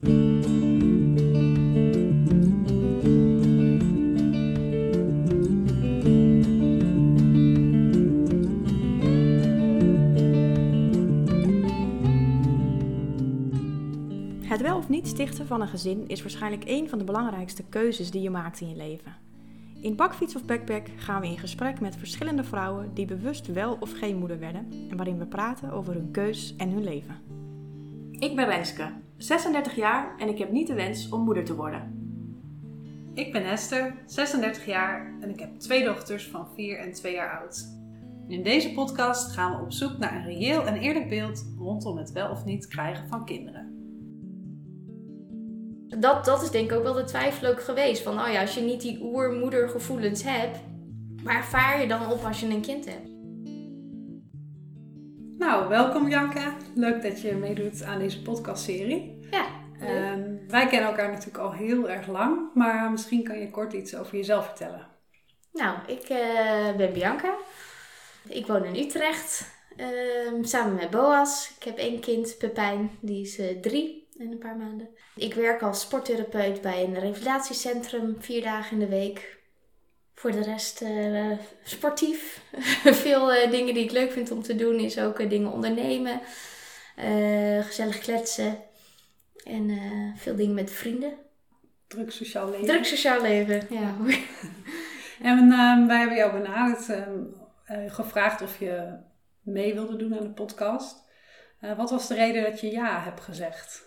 Het wel of niet stichten van een gezin is waarschijnlijk een van de belangrijkste keuzes die je maakt in je leven. In Bakfiets of Backpack gaan we in gesprek met verschillende vrouwen die bewust wel of geen moeder werden en waarin we praten over hun keus en hun leven. Ik ben Renske, 36 jaar en ik heb niet de wens om moeder te worden. Ik ben Esther, 36 jaar en ik heb 2 dochters van 4 en 2 jaar oud. In deze podcast gaan we op zoek naar een reëel en eerlijk beeld rondom het wel of niet krijgen van kinderen. Dat is denk ik ook wel de twijfel ook geweest. Van als je niet die oermoedergevoelens hebt, waar ervaar je dan op als je een kind hebt? Nou, welkom Janka. Leuk dat je meedoet aan deze podcastserie. Ja. Wij kennen elkaar natuurlijk al heel erg lang, maar misschien kan je kort iets over jezelf vertellen. Nou, ik ben Bianca. Ik woon in Utrecht, samen met Boas. Ik heb 1 kind, Pepijn, die is 3 en een paar maanden. Ik werk als sporttherapeut bij een revalidatiecentrum 4 dagen in de week. Voor de rest sportief. Veel dingen die ik leuk vind om te doen is ook dingen ondernemen. Gezellig kletsen. En veel dingen met vrienden. Druk sociaal leven. Druk sociaal leven, ja. En wij hebben jou benaderd, gevraagd of je mee wilde doen aan de podcast. Wat was de reden dat je ja hebt gezegd?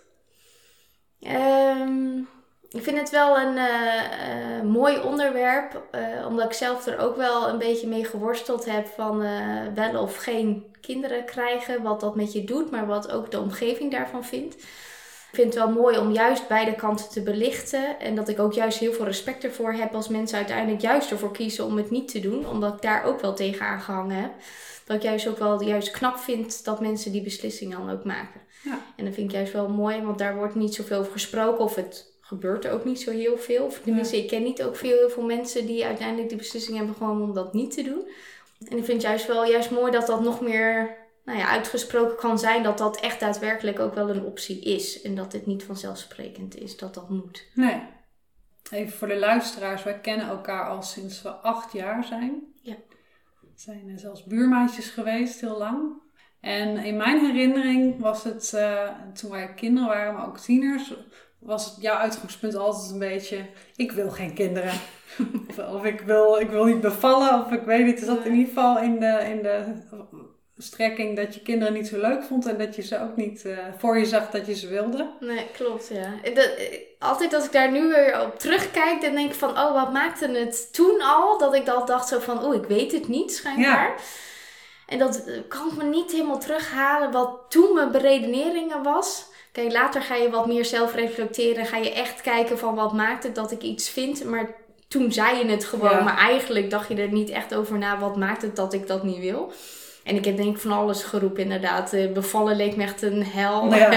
Ik vind het wel een mooi onderwerp, omdat ik zelf er ook wel een beetje mee geworsteld heb van wel of geen kinderen krijgen, wat dat met je doet, maar wat ook de omgeving daarvan vindt. Ik vind het wel mooi om juist beide kanten te belichten en dat ik ook juist heel veel respect ervoor heb als mensen uiteindelijk juist ervoor kiezen om het niet te doen, omdat ik daar ook wel tegen aangehangen heb. Dat ik juist ook wel juist knap vind dat mensen die beslissing dan ook maken. Ja. En dat vind ik juist wel mooi, want daar wordt niet zoveel over gesproken. Of het gebeurt er ook niet zo heel veel. Of tenminste, ik ken niet ook heel veel mensen die uiteindelijk die beslissing hebben gewoon om dat niet te doen. En ik vind juist mooi dat dat nog meer uitgesproken kan zijn. Dat dat echt daadwerkelijk ook wel een optie is. En dat het niet vanzelfsprekend is dat dat moet. Nee. Even voor de luisteraars. Wij kennen elkaar al sinds we 8 jaar zijn. Ja. We zijn zelfs buurmaatjes geweest, heel lang. En in mijn herinnering was het, toen wij kinderen waren, maar ook tieners, was het jouw uitgangspunt altijd een beetje, ik wil geen kinderen. of ik wil niet bevallen, of ik weet niet. Het zat in ieder geval in de strekking dat je kinderen niet zo leuk vond en dat je ze ook niet voor je zag dat je ze wilde. Nee, klopt, ja. Altijd als ik daar nu weer op terugkijk, dan denk ik van, wat maakte het toen al? Dat ik dat dacht zo van, ik weet het niet, schijnbaar. Ja. En dat kan ik me niet helemaal terughalen wat toen mijn beredeneringen was. Kijk, later ga je wat meer zelf reflecteren. Ga je echt kijken van wat maakt het dat ik iets vind. Maar toen zei je het gewoon. Ja. Maar eigenlijk dacht je er niet echt over na. Wat maakt het dat ik dat niet wil? En ik heb denk ik van alles geroepen inderdaad. Bevallen leek me echt een hel. Ja.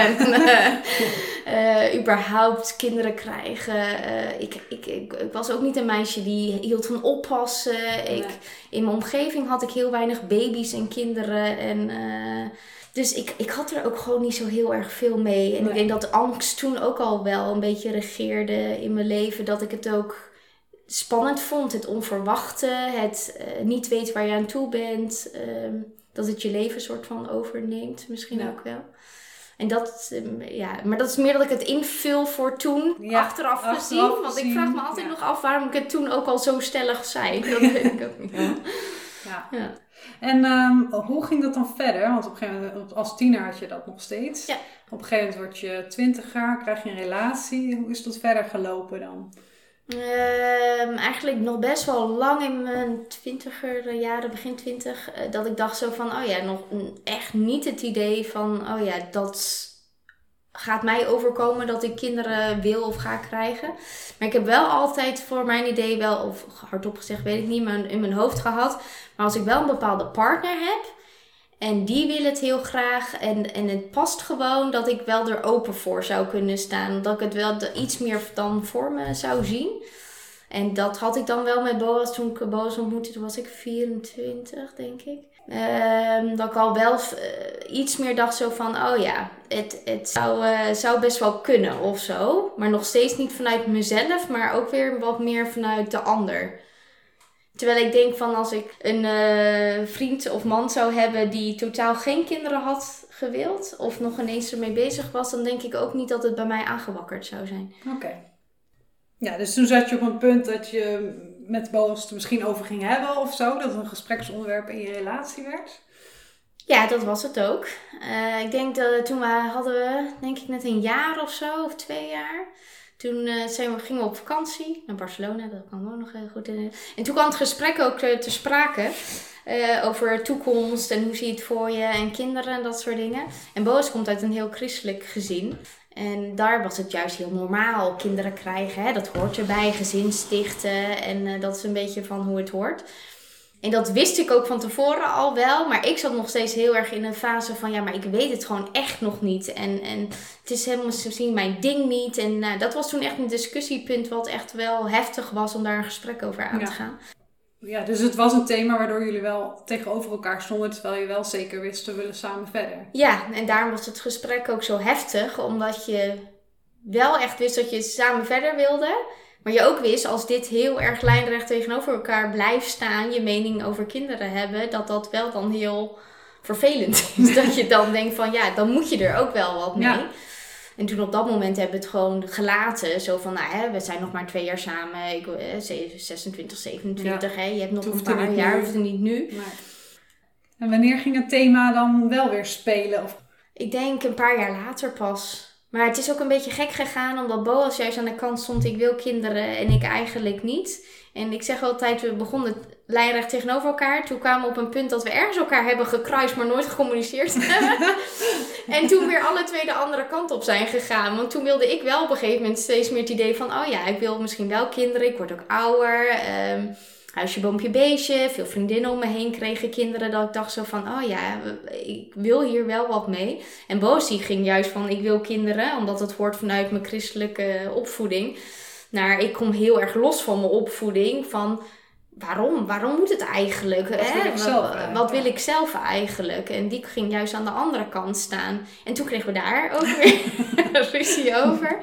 En überhaupt kinderen krijgen. Ik was ook niet een meisje die hield van oppassen. Nee. In mijn omgeving had ik heel weinig baby's en kinderen. Dus ik had er ook gewoon niet zo heel erg veel mee. En ik denk dat de angst toen ook al wel een beetje regeerde in mijn leven. Dat ik het ook spannend vond. Het onverwachte. Het niet weten waar je aan toe bent. Dat het je leven soort van overneemt. Misschien ook wel. En dat, maar dat is meer dat ik het invul voor toen. Achteraf gezien. Want ik vraag me altijd nog af waarom ik het toen ook al zo stellig zei. Dat weet ik ook niet. Ja. En hoe ging dat dan verder? Want op een gegeven moment, als tiener had je dat nog steeds. Ja. Op een gegeven moment word je 20 jaar, krijg je een relatie. Hoe is dat verder gelopen dan? Eigenlijk nog best wel lang in mijn 20er jaren, begin 20, dat ik dacht zo van, nog echt niet het idee van, dat gaat mij overkomen dat ik kinderen wil of ga krijgen. Maar ik heb wel altijd voor mijn idee wel, of hardop gezegd weet ik niet, maar in mijn hoofd gehad. Maar als ik wel een bepaalde partner heb en die wil het heel graag en het past gewoon dat ik wel er open voor zou kunnen staan. Dat ik het wel iets meer dan voor me zou zien. En dat had ik dan wel met Boas. Toen ik Boas ontmoette, toen was ik 24, denk ik. Dat ik al wel iets meer dacht zo van, oh ja, het zou best wel kunnen of zo. Maar nog steeds niet vanuit mezelf, maar ook weer wat meer vanuit de ander. Terwijl ik denk van als ik een vriend of man zou hebben die totaal geen kinderen had gewild. Of nog ineens ermee bezig was, dan denk ik ook niet dat het bij mij aangewakkerd zou zijn. Oké. Ja, dus toen zat je op een punt dat je met Boas er misschien over ging hebben of zo. Dat het een gespreksonderwerp in je relatie werd. Ja, dat was het ook. Ik denk dat toen hadden we denk ik net een jaar of zo, of 2 jaar. Toen gingen we op vakantie naar Barcelona, dat kwam ook nog heel goed in. En toen kwam het gesprek ook te sprake over toekomst en hoe zie je het voor je en kinderen en dat soort dingen. En Boas komt uit een heel christelijk gezin. En daar was het juist heel normaal, kinderen krijgen, hè? Dat hoort erbij, gezin stichten en dat is een beetje van hoe het hoort. En dat wist ik ook van tevoren al wel, maar ik zat nog steeds heel erg in een fase van, ja, maar ik weet het gewoon echt nog niet. En het is helemaal misschien mijn ding niet. En dat was toen echt een discussiepunt wat echt wel heftig was om daar een gesprek over aan te gaan. Ja, dus het was een thema waardoor jullie wel tegenover elkaar stonden, terwijl je wel zeker wist, we willen samen verder. Ja, en daarom was het gesprek ook zo heftig, omdat je wel echt wist dat je samen verder wilde. Maar je ook wist, als dit heel erg lijnrecht tegenover elkaar blijft staan, je mening over kinderen hebben, dat wel dan heel vervelend is. Dat je dan denkt van, ja, dan moet je er ook wel wat mee. Ja. En toen op dat moment hebben we het gewoon gelaten. Zo van, nou hè, we zijn nog maar 2 jaar samen. 26, 27, hè. Je hebt nog een paar jaar, hoeft het niet nu. Nee. En wanneer ging het thema dan wel weer spelen? Of? Ik denk een paar jaar later pas. Maar het is ook een beetje gek gegaan, omdat Boas juist aan de kant stond, ik wil kinderen en ik eigenlijk niet. En ik zeg altijd, we begonnen lijnrecht tegenover elkaar. Toen kwamen we op een punt dat we ergens elkaar hebben gekruist, maar nooit gecommuniceerd hebben. En toen weer alle 2 de andere kant op zijn gegaan. Want toen wilde ik wel op een gegeven moment steeds meer het idee van, oh ja, ik wil misschien wel kinderen, ik word ook ouder. Huisje, boompje, beestje. Veel vriendinnen om me heen kregen kinderen. Dat ik dacht zo van, oh ja, ik wil hier wel wat mee. En Boas ging juist van, ik wil kinderen. Omdat het hoort vanuit mijn christelijke opvoeding. Ik kom heel erg los van mijn opvoeding. Van, waarom moet het eigenlijk? Wat wil ik zelf eigenlijk? En die ging juist aan de andere kant staan. En toen kregen we daar ook weer ruzie over.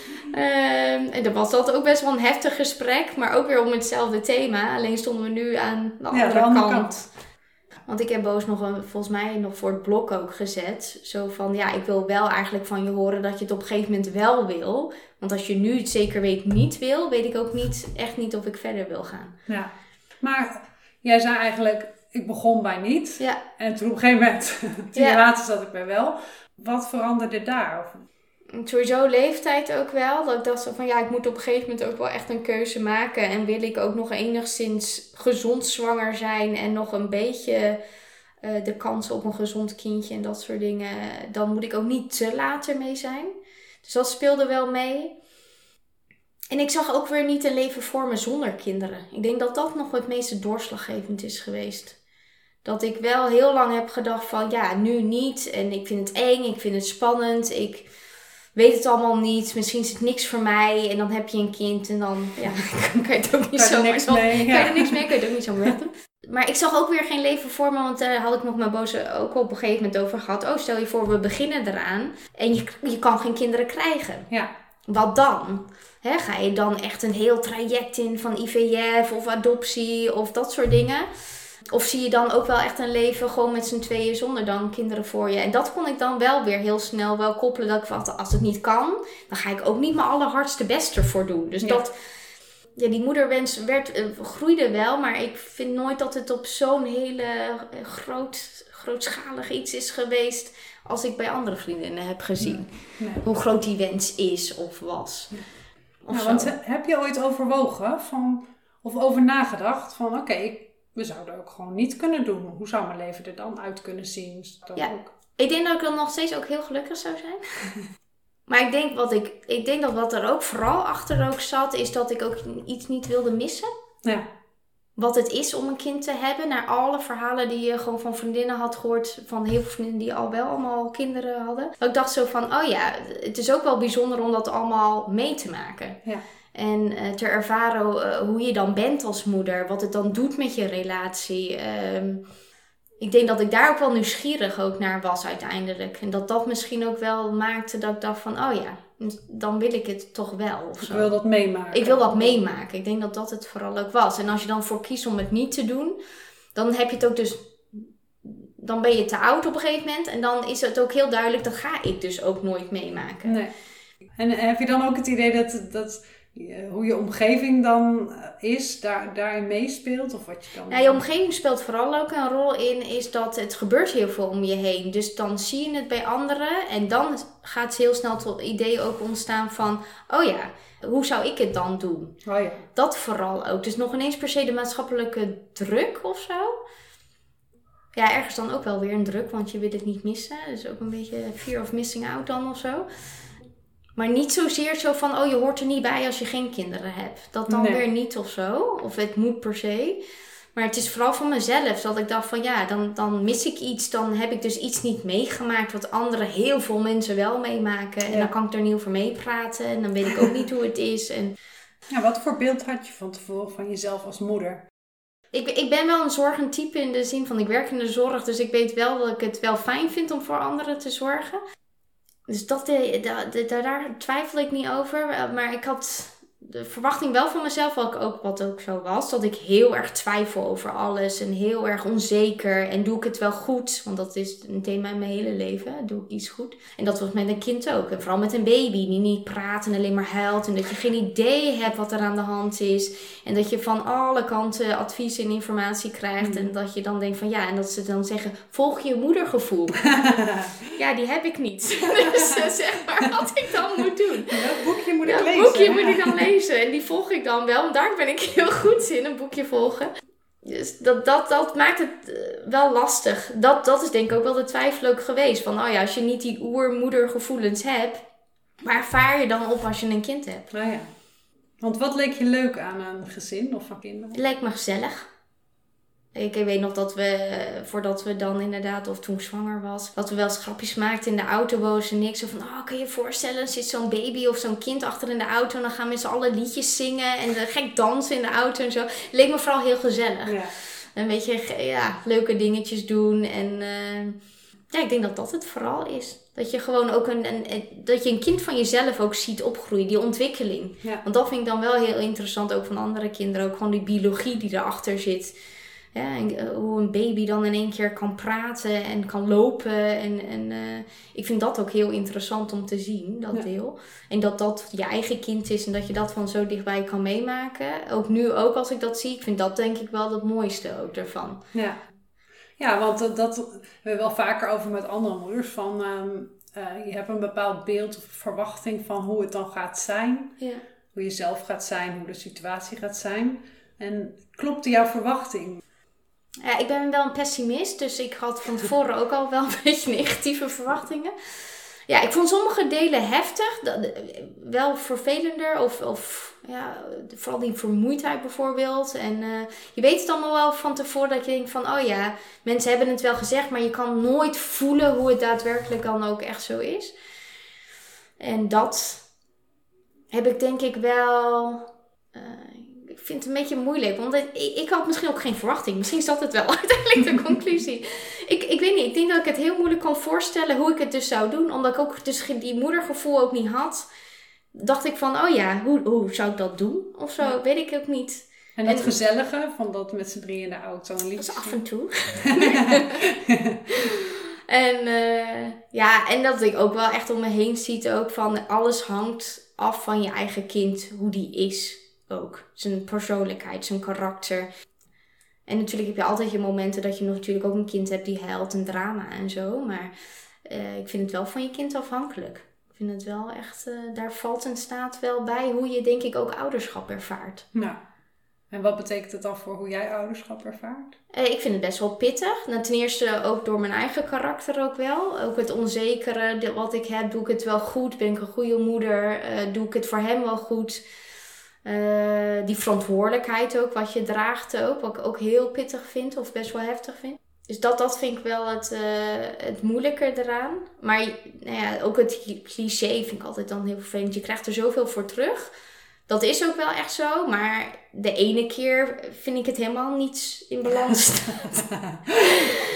En dan was dat ook best wel een heftig gesprek, maar ook weer om hetzelfde thema. Alleen stonden we nu aan de andere kant. Want ik heb Boos volgens mij nog voor het blok ook gezet. Zo van, ja, ik wil wel eigenlijk van je horen dat je het op een gegeven moment wel wil. Want als je nu het zeker niet wil, weet ik ook echt niet of ik verder wil gaan. Ja, maar jij zei eigenlijk, ik begon bij niet. Ja. En toen op een gegeven moment, 10 jaar later zat ik bij wel. Wat veranderde daar? Sowieso leeftijd ook wel. Dat ik dacht zo van, ja, ik moet op een gegeven moment ook wel echt een keuze maken. En wil ik ook nog enigszins gezond zwanger zijn en nog een beetje de kans op een gezond kindje en dat soort dingen. Dan moet ik ook niet te laat ermee zijn. Dus dat speelde wel mee. En ik zag ook weer niet een leven voor me zonder kinderen. Ik denk dat dat nog het meeste doorslaggevend is geweest. Dat ik wel heel lang heb gedacht van, ja, nu niet. En ik vind het eng, ik vind het spannend, ik weet het allemaal niet. Misschien is het niks voor mij. En dan heb je een kind en dan kan je het ook niet zo meer. Kan je er niks mee, kan je het ook niet zo meer doen. Maar ik zag ook weer geen leven voor me. Want daar had ik nog mijn Boze ook op een gegeven moment over gehad. Oh, stel je voor, we beginnen eraan. En je kan geen kinderen krijgen. Ja. Wat dan? Ga je dan echt een heel traject in van IVF of adoptie of dat soort dingen? Of zie je dan ook wel echt een leven gewoon met z'n tweeën zonder dan kinderen voor je? En dat kon ik dan wel weer heel snel wel koppelen. Dat ik van, als het niet kan, dan ga ik ook niet mijn allerhardste best ervoor doen. Dus die moederwens groeide wel. Maar ik vind nooit dat het op zo'n hele grootschalig iets is geweest als ik bij andere vriendinnen heb gezien. Nee. Hoe groot die wens is of was. Want heb je ooit overwogen of over nagedacht van oké, we zouden ook gewoon niet kunnen doen. Hoe zou mijn leven er dan uit kunnen zien? Ik denk dat ik dan nog steeds ook heel gelukkig zou zijn. Maar ik denk dat wat er ook vooral achter ook zat, is dat ik ook iets niet wilde missen. Ja. Wat het is om een kind te hebben. Naar alle verhalen die je gewoon van vriendinnen had gehoord. Van heel veel vriendinnen die al wel allemaal kinderen hadden. Dat ik dacht zo van, oh ja, het is ook wel bijzonder om dat allemaal mee te maken. Ja. En te ervaren hoe je dan bent als moeder. Wat het dan doet met je relatie. ik denk dat ik daar ook wel nieuwsgierig ook naar was uiteindelijk. En dat misschien ook wel maakte dat ik dacht van, oh ja, dan wil ik het toch wel. Of zo. Ik wil dat meemaken. Ik wil dat meemaken. Ik denk dat dat het vooral ook was. En als je dan voor kiest om het niet te doen, dan heb je het ook dus... Dan ben je te oud op een gegeven moment. En dan is het ook heel duidelijk, dat ga ik dus ook nooit meemaken. Nee. En heb je dan ook het idee dat hoe je omgeving dan is, daarin meespeelt? Of wat je dan... Ja, je omgeving speelt vooral ook een rol in, is dat het gebeurt heel veel om je heen. Dus dan zie je het bij anderen. En dan gaat heel snel tot idee ook ontstaan van, oh ja, hoe zou ik het dan doen? Oh ja. Dat vooral ook. Dus nog ineens per se de maatschappelijke druk of zo. Ja, ergens dan ook wel weer een druk, want je wil het niet missen. Dus ook een beetje fear of missing out dan of zo. Maar niet zozeer zo van, oh, je hoort er niet bij als je geen kinderen hebt. Dat dan weer niet of zo. Of het moet per se. Maar het is vooral van mezelf. Dat ik dacht van, ja, dan mis ik iets. Dan heb ik dus iets niet meegemaakt wat heel veel mensen wel meemaken. En dan kan ik er niet over meepraten. En dan weet ik ook niet hoe het is. En... Ja, wat voor beeld had je van tevoren van jezelf als moeder? Ik ben wel een zorgend type in de zin van, ik werk in de zorg. Dus ik weet wel dat ik het wel fijn vind om voor anderen te zorgen. Dus daar twijfel ik niet over. Maar ik had de verwachting wel van mezelf, wat ook zo was, dat ik heel erg twijfel over alles. En heel erg onzeker. En doe ik het wel goed? Want dat is een thema in mijn hele leven. Doe ik iets goed? En dat was met een kind ook. En vooral met een baby die niet praat en alleen maar huilt. En dat je geen idee hebt wat er aan de hand is. En dat je van alle kanten advies en informatie krijgt. En dat je dan denkt van ja, en dat ze dan zeggen, volg je moedergevoel. Ja, die heb ik niet. Dus zeg maar wat ik dan moet doen. Welk boekje moet ik lezen? Welk boekje moet ik dan lezen? En die volg ik dan wel. Want daar ben ik heel goed in, een boekje volgen. Dus dat maakt het wel lastig. Dat is denk ik ook wel de twijfel ook geweest. Van oh ja, als je niet die oermoedergevoelens hebt, waar ervaar je dan op als je een kind hebt? Nou ja. Want wat leek je leuk aan een gezin of aan kinderen? Het leek me gezellig. Ik weet nog dat we, voordat we dan inderdaad, of toen ik zwanger was, dat we wel eens grapjes maakten in de autoboos en niks. Zo van, kun je je voorstellen, er zit zo'n baby of zo'n kind achter in de auto en dan gaan we met z'n allen liedjes zingen en gek dansen in de auto en zo. Het leek me vooral heel gezellig. Ja. Een beetje leuke dingetjes doen en ik denk dat dat het vooral is. Dat je gewoon ook dat je een kind van jezelf ook ziet opgroeien, die ontwikkeling. Ja. Want dat vind ik dan wel heel interessant, ook van andere kinderen, ook gewoon die biologie die erachter zit. Ja, en hoe een baby dan in één keer kan praten en kan lopen. En ik vind dat ook heel interessant om te zien, dat deel. En dat je eigen kind is en dat je dat van zo dichtbij kan meemaken. Ook nu, ook als ik dat zie, ik vind dat denk ik wel het mooiste ook ervan. Ja, want dat hebben we wel vaker over met andere moeders. Van, je hebt een bepaald beeld of verwachting van hoe het dan gaat zijn. Ja. Hoe je zelf gaat zijn, hoe de situatie gaat zijn. En klopte jouw verwachting? Ja, ik ben wel een pessimist, dus ik had van tevoren ook al wel een beetje negatieve verwachtingen. Ja, ik vond sommige delen heftig, wel vervelender of vooral die vermoeidheid bijvoorbeeld. En je weet het allemaal wel van tevoren dat je denkt van, oh ja, mensen hebben het wel gezegd, maar je kan nooit voelen hoe het daadwerkelijk dan ook echt zo is. En dat heb ik denk ik wel... Ik vind het een beetje moeilijk, want ik had misschien ook geen verwachting. Misschien is dat het wel uiteindelijk de conclusie. Ik weet niet, ik denk dat ik het heel moeilijk kan voorstellen hoe ik het dus zou doen. Omdat ik ook dus die moedergevoel ook niet had. Dacht ik van, oh ja, hoe zou ik dat doen? Of zo, weet ik ook niet. En dat gezellige, van dat met z'n drieën in de auto een liedje. Dat is af en toe. En dat ik ook wel echt om me heen ziet ook van, alles hangt af van je eigen kind, hoe die is. Ook zijn persoonlijkheid, zijn karakter. En natuurlijk heb je altijd je momenten dat je nog natuurlijk ook een kind hebt die huilt en drama en zo. Maar ik vind het wel van je kind afhankelijk. Ik vind het wel echt, daar valt en staat wel bij hoe je denk ik ook ouderschap ervaart. Nou, en wat betekent het dan voor hoe jij ouderschap ervaart? Ik vind het best wel pittig. Nou, ten eerste ook door mijn eigen karakter ook wel. Ook het onzekere wat ik heb, doe ik het wel goed? Ben ik een goede moeder? Doe ik het voor hem wel goed? Die verantwoordelijkheid ook, wat je draagt ook, wat ik ook heel pittig vind of best wel heftig vind. Dus dat vind ik wel het moeilijke eraan. Maar ook het cliché vind ik altijd dan heel vervelend. Je krijgt er zoveel voor terug. Dat is ook wel echt zo, maar de ene keer vind ik het helemaal niet in balans staan.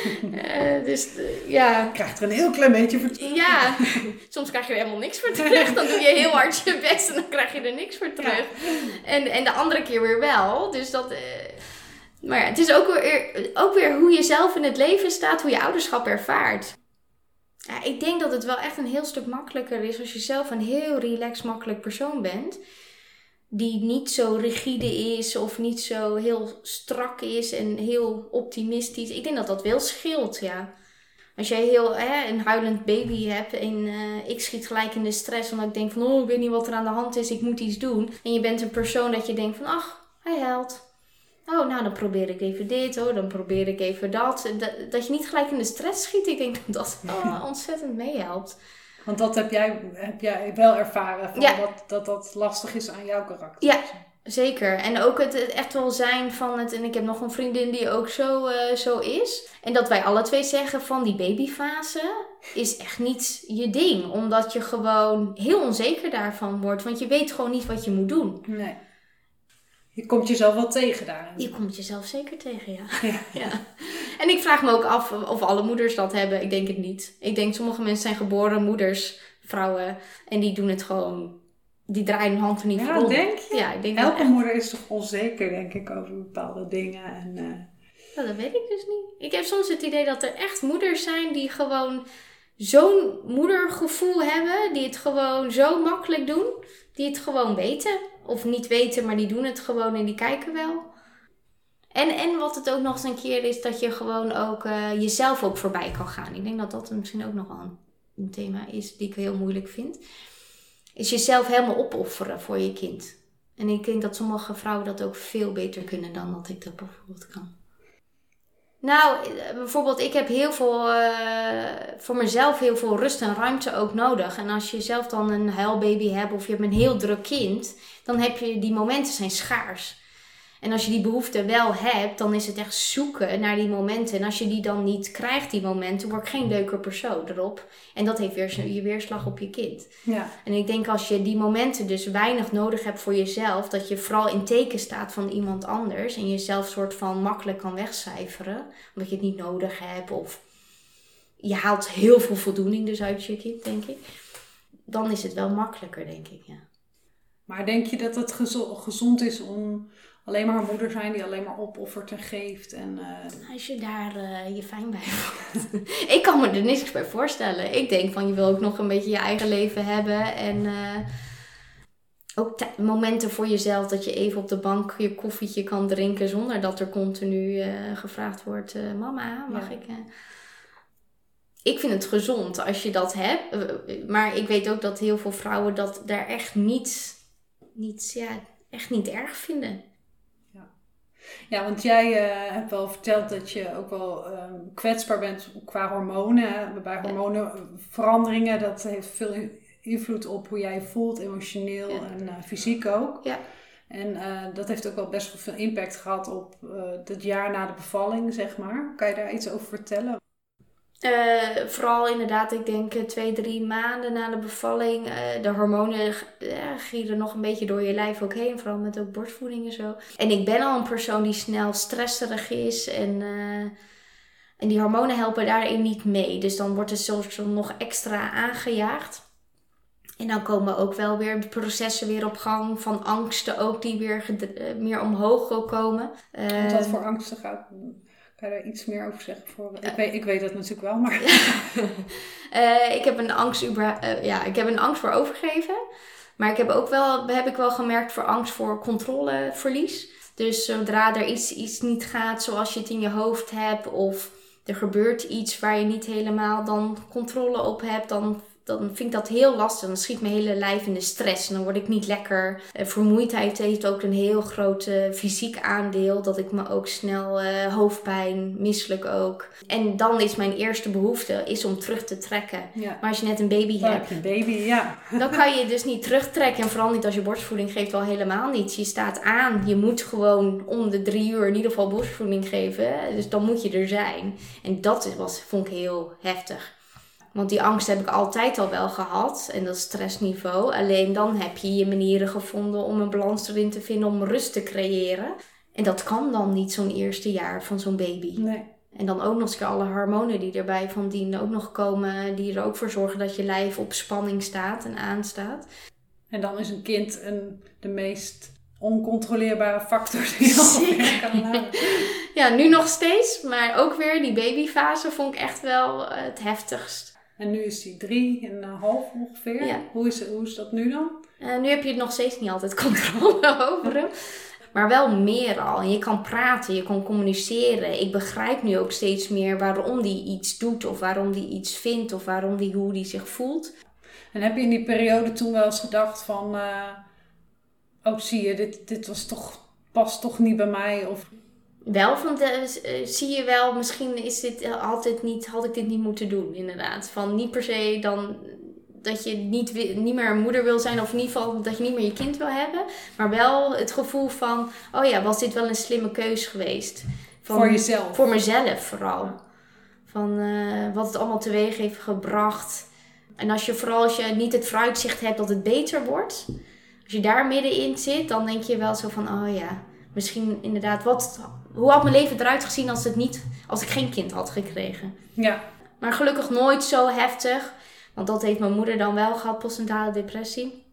Je krijgt er een heel klein beetje voor terug. Ja, soms krijg je er helemaal niks voor terug. Dan doe je heel hard je best en dan krijg je er niks voor terug. Ja. En de andere keer weer wel. Dus dat... Maar ja, het is ook weer hoe je zelf in het leven staat, hoe je ouderschap ervaart. Ja, ik denk dat het wel echt een heel stuk makkelijker is als je zelf een heel relaxed, makkelijk persoon bent. Die niet zo rigide is of niet zo heel strak is en heel optimistisch. Ik denk dat dat wel scheelt, ja. Als jij een huilend baby hebt en ik schiet gelijk in de stress omdat ik denk van, ik weet niet wat er aan de hand is, ik moet iets doen. En je bent een persoon dat je denkt van, ach, hij huilt. Oh, nou dan probeer ik even dit, dan probeer ik even dat. Dat je niet gelijk in de stress schiet, ik denk dat dat ontzettend meehelpt. Want dat heb jij wel ervaren, dat lastig is aan jouw karakter. Ja, zeker. En ook het echt wel zijn van het... En ik heb nog een vriendin die ook zo is. En dat wij alle twee zeggen van die babyfase is echt niet je ding. Omdat je gewoon heel onzeker daarvan wordt. Want je weet gewoon niet wat je moet doen. Nee. Je komt jezelf wel tegen daarin. Je komt jezelf zeker tegen, ja. En ik vraag me ook af of alle moeders dat hebben. Ik denk het niet. Ik denk sommige mensen zijn geboren moeders, vrouwen. En die doen het gewoon. Die draaien hun hand er niet voor om. Denk je? Ja, ik denk elke moeder is toch onzeker, denk ik, over bepaalde dingen. En, dat weet ik dus niet. Ik heb soms het idee dat er echt moeders zijn die gewoon zo'n moedergevoel hebben. Die het gewoon zo makkelijk doen. Die het gewoon weten. Of niet weten, maar die doen het gewoon en die kijken wel. En wat het ook nog eens een keer is, dat je gewoon ook jezelf ook voorbij kan gaan. Ik denk dat dat misschien ook nog wel een thema is die ik heel moeilijk vind. Is jezelf helemaal opofferen voor je kind. En ik denk dat sommige vrouwen dat ook veel beter kunnen dan dat ik dat bijvoorbeeld kan. Nou, bijvoorbeeld ik heb heel veel, voor mezelf heel veel rust en ruimte ook nodig. En als je zelf dan een huilbaby hebt of je hebt een heel druk kind, dan heb je die momenten zijn schaars. En als je die behoefte wel hebt, dan is het echt zoeken naar die momenten. En als je die dan niet krijgt, die momenten, word ik geen leuker persoon erop. En dat heeft weer je weerslag op je kind. Ja. En ik denk als je die momenten dus weinig nodig hebt voor jezelf, dat je vooral in teken staat van iemand anders. En jezelf soort van makkelijk kan wegcijferen. Omdat je het niet nodig hebt. Of je haalt heel veel voldoening dus uit je kind, denk ik. Dan is het wel makkelijker, denk ik, ja. Maar denk je dat het gezond is om alleen maar een moeder zijn die alleen maar opoffert en geeft? En, Als je daar je fijn bij voelt. Ik kan me er niks bij voorstellen. Ik denk van je wil ook nog een beetje je eigen leven hebben. En ook momenten voor jezelf dat je even op de bank je koffietje kan drinken zonder dat er continu gevraagd wordt. Mama, mag ik... Ik vind het gezond als je dat hebt. Maar ik weet ook dat heel veel vrouwen dat daar echt niet erg vinden. Ja, want jij hebt wel verteld dat je ook wel kwetsbaar bent qua hormonen. Bij hormonenveranderingen, dat heeft veel invloed op hoe jij je voelt, emotioneel en fysiek ook. Ja. En dat heeft ook wel best wel veel impact gehad op het jaar na de bevalling, zeg maar. Kan je daar iets over vertellen? Vooral inderdaad, ik denk 2-3 maanden na de bevalling. De hormonen gieren nog een beetje door je lijf ook heen. Vooral met ook borstvoeding en zo. En ik ben al een persoon die snel stresserig is. En die hormonen helpen daarin niet mee. Dus dan wordt het soms nog extra aangejaagd. En dan komen ook wel weer processen weer op gang. Van angsten ook die weer meer omhoog komen. Wat voor angsten gaat... Kan je daar iets meer over zeggen? Ik weet dat natuurlijk wel, maar... Ik heb een angst voor overgeven. Maar ik heb wel gemerkt voor angst voor controleverlies. Dus zodra er iets niet gaat zoals je het in je hoofd hebt... of er gebeurt iets waar je niet helemaal dan controle op hebt... dan vind ik dat heel lastig. Dan schiet mijn hele lijf in de stress. En dan word ik niet lekker. Vermoeidheid heeft ook een heel groot fysiek aandeel. Dat ik me ook snel hoofdpijn, misselijk ook. En dan is mijn eerste behoefte om terug te trekken. Ja. Maar als je net een baby hebt. Dan kan je dus niet terugtrekken. En vooral niet als je borstvoeding geeft, wel helemaal niet. Je staat aan. Je moet gewoon om de 3 uur in ieder geval borstvoeding geven. Dus dan moet je er zijn. En dat vond ik heel heftig. Want die angst heb ik altijd al wel gehad. En dat stressniveau. Alleen dan heb je je manieren gevonden om een balans erin te vinden. Om rust te creëren. En dat kan dan niet zo'n eerste jaar van zo'n baby. Nee. En dan ook nog eens alle hormonen die erbij van dien ook nog komen. Die er ook voor zorgen dat je lijf op spanning staat en aanstaat. En dan is een kind de meest oncontroleerbare factor die je kan hebben. Ja, nu nog steeds. Maar ook weer die babyfase vond ik echt wel het heftigst. En nu is die 3,5 ongeveer. Ja. Hoe is dat nu dan? Nu heb je nog steeds niet altijd controle over hem. Maar wel meer al. En je kan praten, je kan communiceren. Ik begrijp nu ook steeds meer waarom die iets doet. Of waarom die iets vindt. Of hoe die zich voelt. En heb je in die periode toen wel eens gedacht van... zie je, dit past toch niet bij mij? Of... Wel, zie je wel, misschien is dit had ik dit niet moeten doen, inderdaad. Van niet per se dan dat je niet meer moeder wil zijn, of in ieder geval dat je niet meer je kind wil hebben. Maar wel het gevoel van, was dit wel een slimme keus geweest? Voor jezelf? Voor mezelf vooral. Van wat het allemaal teweeg heeft gebracht. En als je niet het vooruitzicht hebt dat het beter wordt. Als je daar middenin zit, dan denk je wel zo van, misschien inderdaad, hoe had mijn leven eruit gezien als ik geen kind had gekregen? Ja. Maar gelukkig nooit zo heftig. Want dat heeft mijn moeder dan wel gehad, postnatale depressie.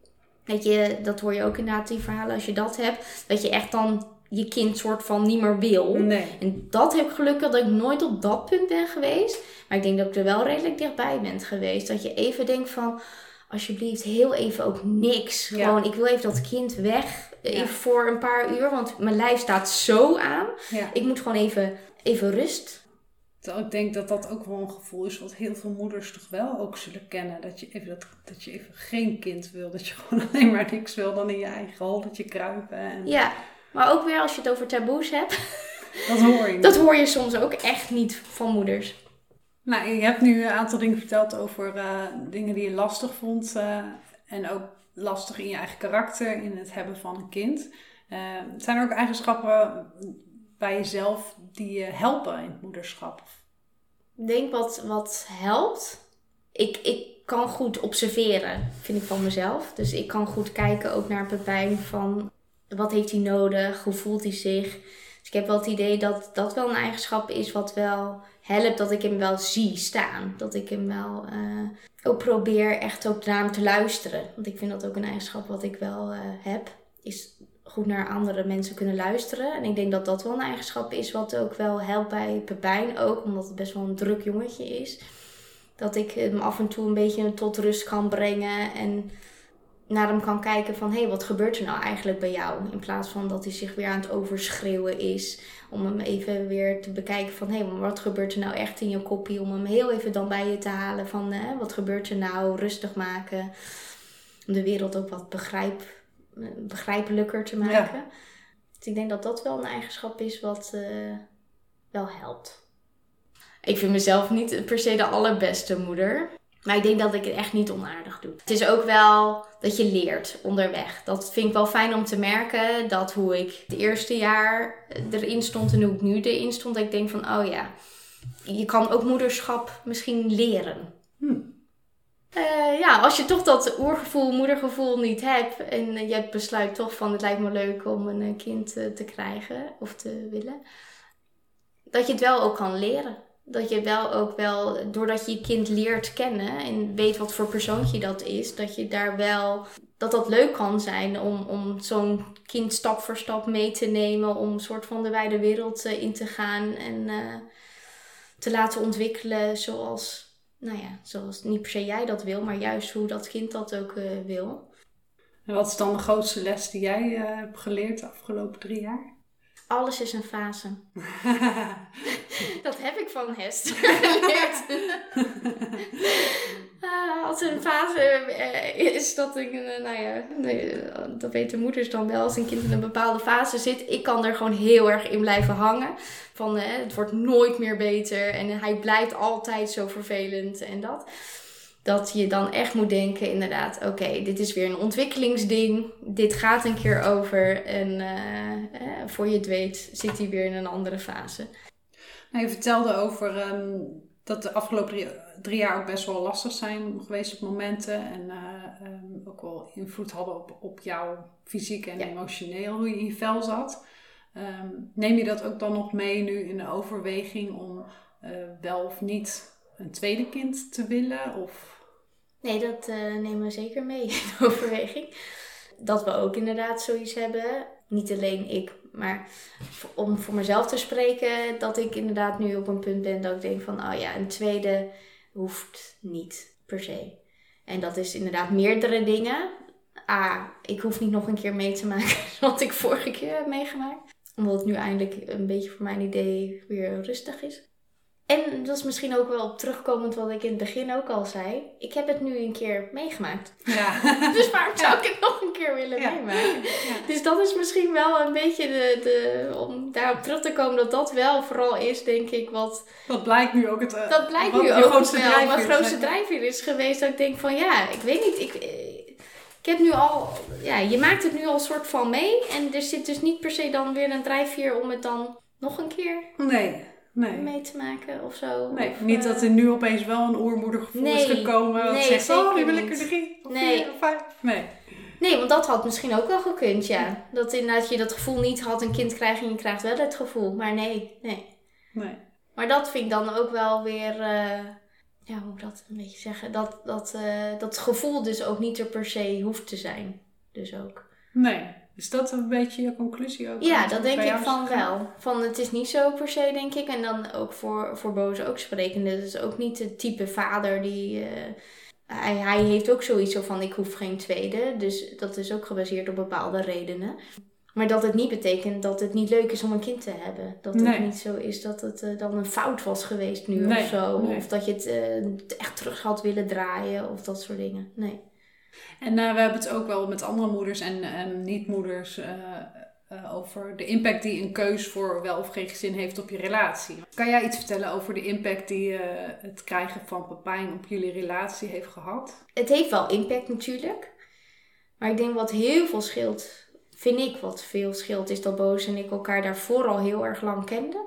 Dat hoor je ook inderdaad, die verhalen, als je dat hebt. Dat je echt dan je kind soort van niet meer wil. Nee. En dat heb ik gelukkig dat ik nooit op dat punt ben geweest. Maar ik denk dat ik er wel redelijk dichtbij ben geweest. Dat je even denkt van, alsjeblieft, heel even ook niks. Ja. Gewoon, ik wil even dat kind weg. Even voor een paar uur, want mijn lijf staat zo aan. Ja. Ik moet gewoon even rust. Terwijl ik denk dat ook wel een gevoel is wat heel veel moeders toch wel ook zullen kennen. Dat je even geen kind wil. Dat je gewoon alleen maar niks wil dan in je eigen holletje kruipen. En... Ja, maar ook weer als je het over taboes hebt. Dat hoor je. Dat hoor je soms ook echt niet van moeders. Nou, je hebt nu een aantal dingen verteld over dingen die je lastig vond. En ook lastig in je eigen karakter, in het hebben van een kind. Zijn er ook eigenschappen bij jezelf die je helpen in het moederschap? Ik denk wat helpt. Ik kan goed observeren, vind ik van mezelf. Dus ik kan goed kijken ook naar Pepijn van wat heeft hij nodig, hoe voelt hij zich. Dus ik heb wel het idee dat dat wel een eigenschap is wat wel helpt, dat ik hem wel zie staan. Dat ik hem wel ook probeer echt ook naar hem te luisteren. Want ik vind dat ook een eigenschap wat ik wel heb. Is goed naar andere mensen kunnen luisteren. En ik denk dat dat wel een eigenschap is wat ook wel helpt bij Pepijn ook. Omdat het best wel een druk jongetje is. Dat ik hem af en toe een beetje tot rust kan brengen. En naar hem kan kijken van, wat gebeurt er nou eigenlijk bij jou? In plaats van dat hij zich weer aan het overschreeuwen is. Om hem even weer te bekijken van, wat gebeurt er nou echt in je koppie? Om hem heel even dan bij je te halen van, wat gebeurt er nou? Rustig maken. Om de wereld ook wat begrijpelijker te maken. Ja. Dus ik denk dat dat wel een eigenschap is wat wel helpt. Ik vind mezelf niet per se de allerbeste moeder. Maar ik denk dat ik het echt niet onaardig doe. Het is ook wel dat je leert onderweg. Dat vind ik wel fijn om te merken. Dat hoe ik het eerste jaar erin stond en hoe ik nu erin stond. Dat ik denk van, je kan ook moederschap misschien leren. Als je toch dat oergevoel, moedergevoel niet hebt. En je besluit toch van, het lijkt me leuk om een kind te krijgen of te willen. Dat je het wel ook kan leren. Dat je wel ook wel, doordat je je kind leert kennen en weet wat voor persoontje dat is, dat je daar wel, dat leuk kan zijn om zo'n kind stap voor stap mee te nemen, om een soort van de wijde wereld in te gaan en te laten ontwikkelen zoals niet per se jij dat wil, maar juist hoe dat kind dat ook wil. En wat is dan de grootste les die jij hebt geleerd de afgelopen 3 jaar? Alles is een fase. Dat heb ik van Hester geleerd. Als er een fase is dat ik, dat weten moeders dan wel, als een kind in een bepaalde fase zit. Ik kan er gewoon heel erg in blijven hangen. Van het wordt nooit meer beter en hij blijft altijd zo vervelend en dat. Dat je dan echt moet denken, inderdaad, oké, dit is weer een ontwikkelingsding. Dit gaat een keer over en voor je het weet zit hij weer in een andere fase. Nou, je vertelde over dat de afgelopen 3 jaar ook best wel lastig zijn geweest op momenten. En ook wel invloed hadden op jouw fysiek en emotioneel, hoe je in je vel zat. Neem je dat ook dan nog mee nu in de overweging om wel of niet een tweede kind te willen? Of... Nee, dat nemen we zeker mee in de overweging. Dat we ook inderdaad zoiets hebben. Niet alleen ik, maar om voor mezelf te spreken, dat ik inderdaad nu op een punt ben dat ik denk van, een tweede hoeft niet per se. En dat is inderdaad meerdere dingen. Ik hoef niet nog een keer mee te maken wat ik vorige keer heb meegemaakt. Omdat het nu eindelijk een beetje voor mijn idee weer rustig is. En dat is misschien ook wel terugkomend wat ik in het begin ook al zei. Ik heb het nu een keer meegemaakt. Ja. Dus waarom zou ik het nog een keer willen meemaken? Ja. Dus dat is misschien wel een beetje om daarop terug te komen dat wel vooral is, denk ik, wat... Dat blijkt nu ook dat blijkt nu ook wel mijn grootste drijfveer is geweest. Dat ik denk van ik weet niet, ik heb nu al... Ja, je maakt het nu al soort van mee. En er zit dus niet per se dan weer een drijfveer om het dan nog een keer... Nee. mee te maken of zo. Nee, of, niet dat er nu opeens wel een oermoedergevoel is gekomen. Dat zegt, nu wil ik er 3 of 4 of 5. Nee, want dat had misschien ook wel gekund, ja. Dat inderdaad je dat gevoel niet had, een kind krijgen en je krijgt wel het gevoel. Maar nee. Maar dat vind ik dan ook wel weer... hoe moet ik dat een beetje zeggen? Dat gevoel dus ook niet er per se hoeft te zijn. Dus ook. Nee. Is dat een beetje je conclusie ook? Ja, dat denk ik van wel. Van het is niet zo per se, denk ik. En dan ook voor Boze ook sprekende. Het is ook niet het type vader die... Hij heeft ook zoiets van ik hoef geen tweede. Dus dat is ook gebaseerd op bepaalde redenen. Maar dat het niet betekent dat het niet leuk is om een kind te hebben. Dat het niet zo is dat het dan een fout was geweest nu of zo. Nee. Of dat je het echt terug had willen draaien of dat soort dingen. Nee. En we hebben het ook wel met andere moeders en niet-moeders over de impact die een keus voor wel of geen gezin heeft op je relatie. Kan jij iets vertellen over de impact die het krijgen van Pepijn op jullie relatie heeft gehad? Het heeft wel impact natuurlijk. Maar ik denk wat heel veel scheelt, vind ik wat veel scheelt, is dat Boos en ik elkaar daarvoor al heel erg lang kenden.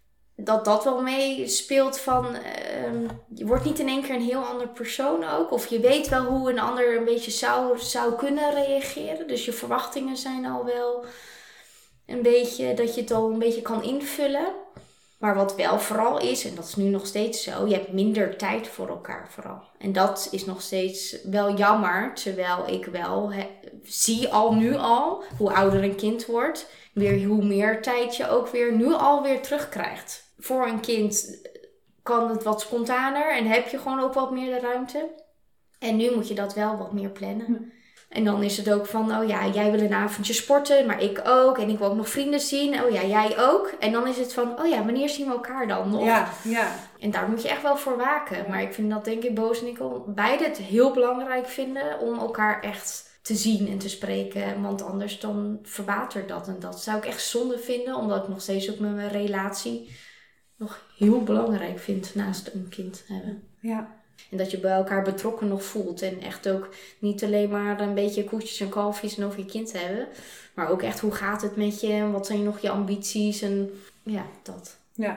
Dat wel meespeelt van, je wordt niet in één keer een heel ander persoon ook. Of je weet wel hoe een ander een beetje zou kunnen reageren. Dus je verwachtingen zijn al wel een beetje, dat je het al een beetje kan invullen. Maar wat wel vooral is, en dat is nu nog steeds zo, je hebt minder tijd voor elkaar vooral. En dat is nog steeds wel jammer, terwijl ik wel zie nu al, hoe ouder een kind wordt, weer hoe meer tijd je ook weer nu alweer terugkrijgt. Voor een kind kan het wat spontaner en heb je gewoon ook wat meer de ruimte. En nu moet je dat wel wat meer plannen. Ja. En dan is het ook van, jij wil een avondje sporten, maar ik ook. En ik wil ook nog vrienden zien. Jij ook. En dan is het van, wanneer zien we elkaar dan nog? Ja. En daar moet je echt wel voor waken. Ja. Maar ik vind dat denk ik Boos en ik beide het heel belangrijk vinden om elkaar echt te zien en te spreken. Want anders dan verwatert dat. En dat zou ik echt zonde vinden, omdat ik nog steeds ook met mijn relatie nog heel belangrijk vind naast een kind hebben. Ja. En dat je bij elkaar betrokken nog voelt. En echt ook niet alleen maar een beetje koetjes en kalfjes en over je kind hebben. Maar ook echt hoe gaat het met je? En wat zijn nog je ambities? En ja, dat.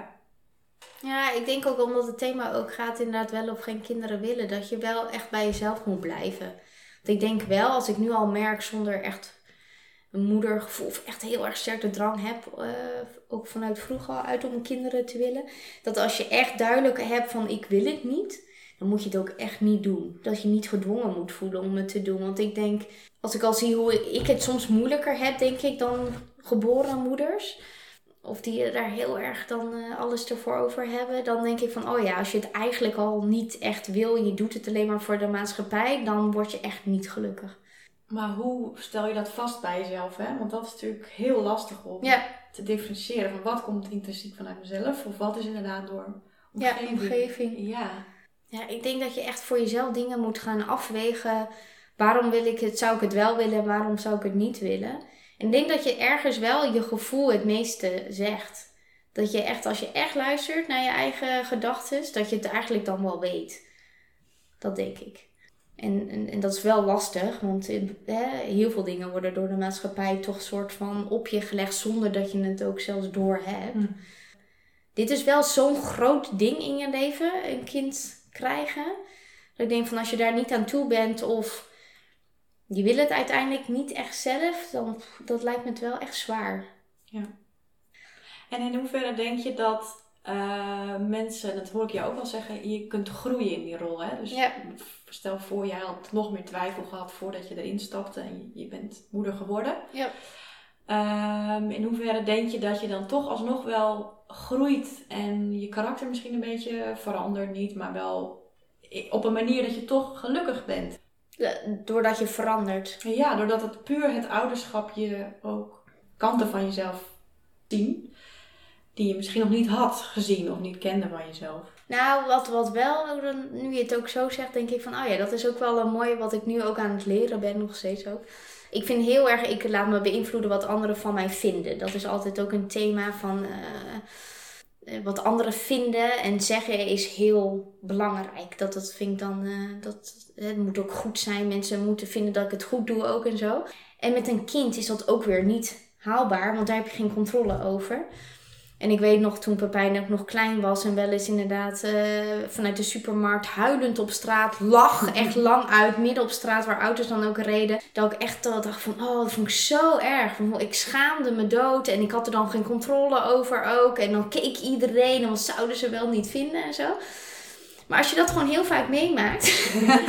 Ja, ik denk ook omdat het thema ook gaat inderdaad wel of geen kinderen willen. Dat je wel echt bij jezelf moet blijven. Want ik denk wel, als ik nu al merk zonder echt een moedergevoel of echt heel erg sterk de drang heb, ook vanuit vroeger al uit om kinderen te willen. Dat als je echt duidelijk hebt van ik wil het niet, dan moet je het ook echt niet doen. Dat je niet gedwongen moet voelen om het te doen. Want ik denk, als ik al zie hoe ik het soms moeilijker heb, denk ik, dan geboren moeders. Of die daar heel erg dan alles ervoor over hebben. Dan denk ik van, als je het eigenlijk al niet echt wil en je doet het alleen maar voor de maatschappij, dan word je echt niet gelukkig. Maar hoe stel je dat vast bij jezelf? Hè? Want dat is natuurlijk heel lastig om te differentiëren. Van wat komt intrinsiek vanuit mezelf? Of wat is inderdaad door omgeving? Ja, ik denk dat je echt voor jezelf dingen moet gaan afwegen. Waarom zou ik het wel willen en waarom zou ik het niet willen? En ik denk dat je ergens wel je gevoel het meeste zegt. Dat je echt, als je echt luistert naar je eigen gedachten, dat je het eigenlijk dan wel weet. Dat denk ik. En dat is wel lastig, want heel veel dingen worden door de maatschappij toch soort van op je gelegd zonder dat je het ook zelfs door hebt. Dit is wel zo'n groot ding in je leven, een kind krijgen. Dat ik denk van als je daar niet aan toe bent of je wil het uiteindelijk niet echt zelf, dan dat lijkt me het wel echt zwaar. Ja. En in hoeverre denk je dat mensen, dat hoor ik jou ook wel zeggen, je kunt groeien in die rol. Hè? Dus stel voor, jij had nog meer twijfel gehad voordat je erin stapte en je bent moeder geworden. Ja. In hoeverre denk je dat je dan toch alsnog wel groeit en je karakter misschien een beetje verandert niet, maar wel op een manier dat je toch gelukkig bent? Doordat je verandert. Ja, doordat het puur het ouderschap je ook kanten van jezelf zien die je misschien nog niet had gezien of niet kende van jezelf. Nou, wat wel, nu je het ook zo zegt, denk ik van, oh ja, dat is ook wel een mooie wat ik nu ook aan het leren ben, nog steeds ook. Ik vind heel erg, ik laat me beïnvloeden wat anderen van mij vinden. Dat is altijd ook een thema van wat anderen vinden en zeggen is heel belangrijk. Dat vind ik dan, het moet ook goed zijn. Mensen moeten vinden dat ik het goed doe ook en zo. En met een kind is dat ook weer niet haalbaar, want daar heb je geen controle over. En ik weet nog, toen Pepijn ook nog klein was en wel eens inderdaad vanuit de supermarkt huilend op straat lag. Echt lang uit, midden op straat waar auto's dan ook reden. Dat ik echt dacht van, oh, dat vond ik zo erg. Ik schaamde me dood en ik had er dan geen controle over ook. En dan keek iedereen en wat zouden ze wel niet vinden en zo. Maar als je dat gewoon heel vaak meemaakt.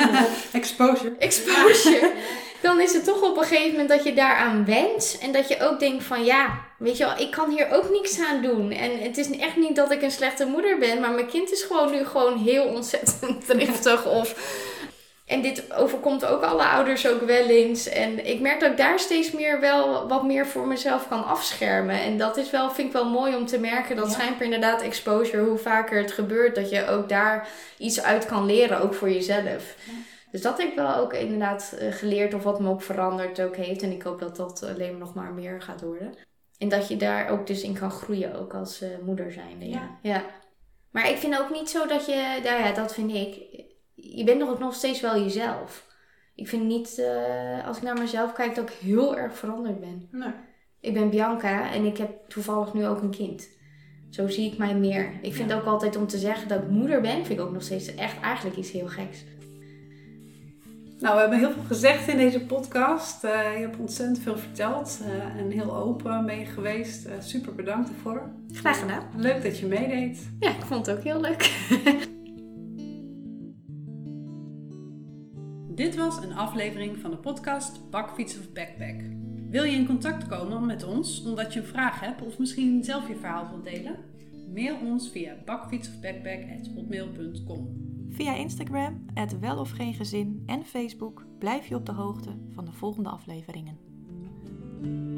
Exposure. Dan is het toch op een gegeven moment dat je daaraan went. En dat je ook denkt van ja, weet je wel, ik kan hier ook niks aan doen. En het is echt niet dat ik een slechte moeder ben. Maar mijn kind is gewoon nu heel ontzettend driftig. En dit overkomt ook alle ouders ook wel eens. En ik merk dat ik daar steeds meer wel wat meer voor mezelf kan afschermen. En dat is wel, vind ik wel mooi om te merken. Dat schijnbaar inderdaad exposure, hoe vaker het gebeurt. Dat je ook daar iets uit kan leren, ook voor jezelf. Ja. Dus dat heb ik wel ook inderdaad geleerd of wat me ook veranderd ook heeft. En ik hoop dat dat alleen nog maar meer gaat worden. En dat je daar ook dus in kan groeien, ook als moeder zijnde. Ja. Maar ik vind ook niet zo dat je, nou ja, dat vind ik, je bent nog steeds wel jezelf. Ik vind niet, als ik naar mezelf kijk, dat ik heel erg veranderd ben. Nee. Ik ben Bianca en ik heb toevallig nu ook een kind. Zo zie ik mij meer. Ik vind ook altijd om te zeggen dat ik moeder ben, vind ik ook nog steeds echt eigenlijk iets heel geks. Nou, we hebben heel veel gezegd in deze podcast. Je hebt ontzettend veel verteld en heel open mee geweest. Super bedankt ervoor. Graag gedaan. Leuk dat je meedeed. Ja, ik vond het ook heel leuk. Dit was een aflevering van de podcast Bakfiets of Backpack. Wil je in contact komen met ons omdat je een vraag hebt of misschien zelf je verhaal wilt delen? Mail ons via bakfietsofbackpack@hotmail.com. Via Instagram, @welofgeengezin en Facebook blijf je op de hoogte van de volgende afleveringen.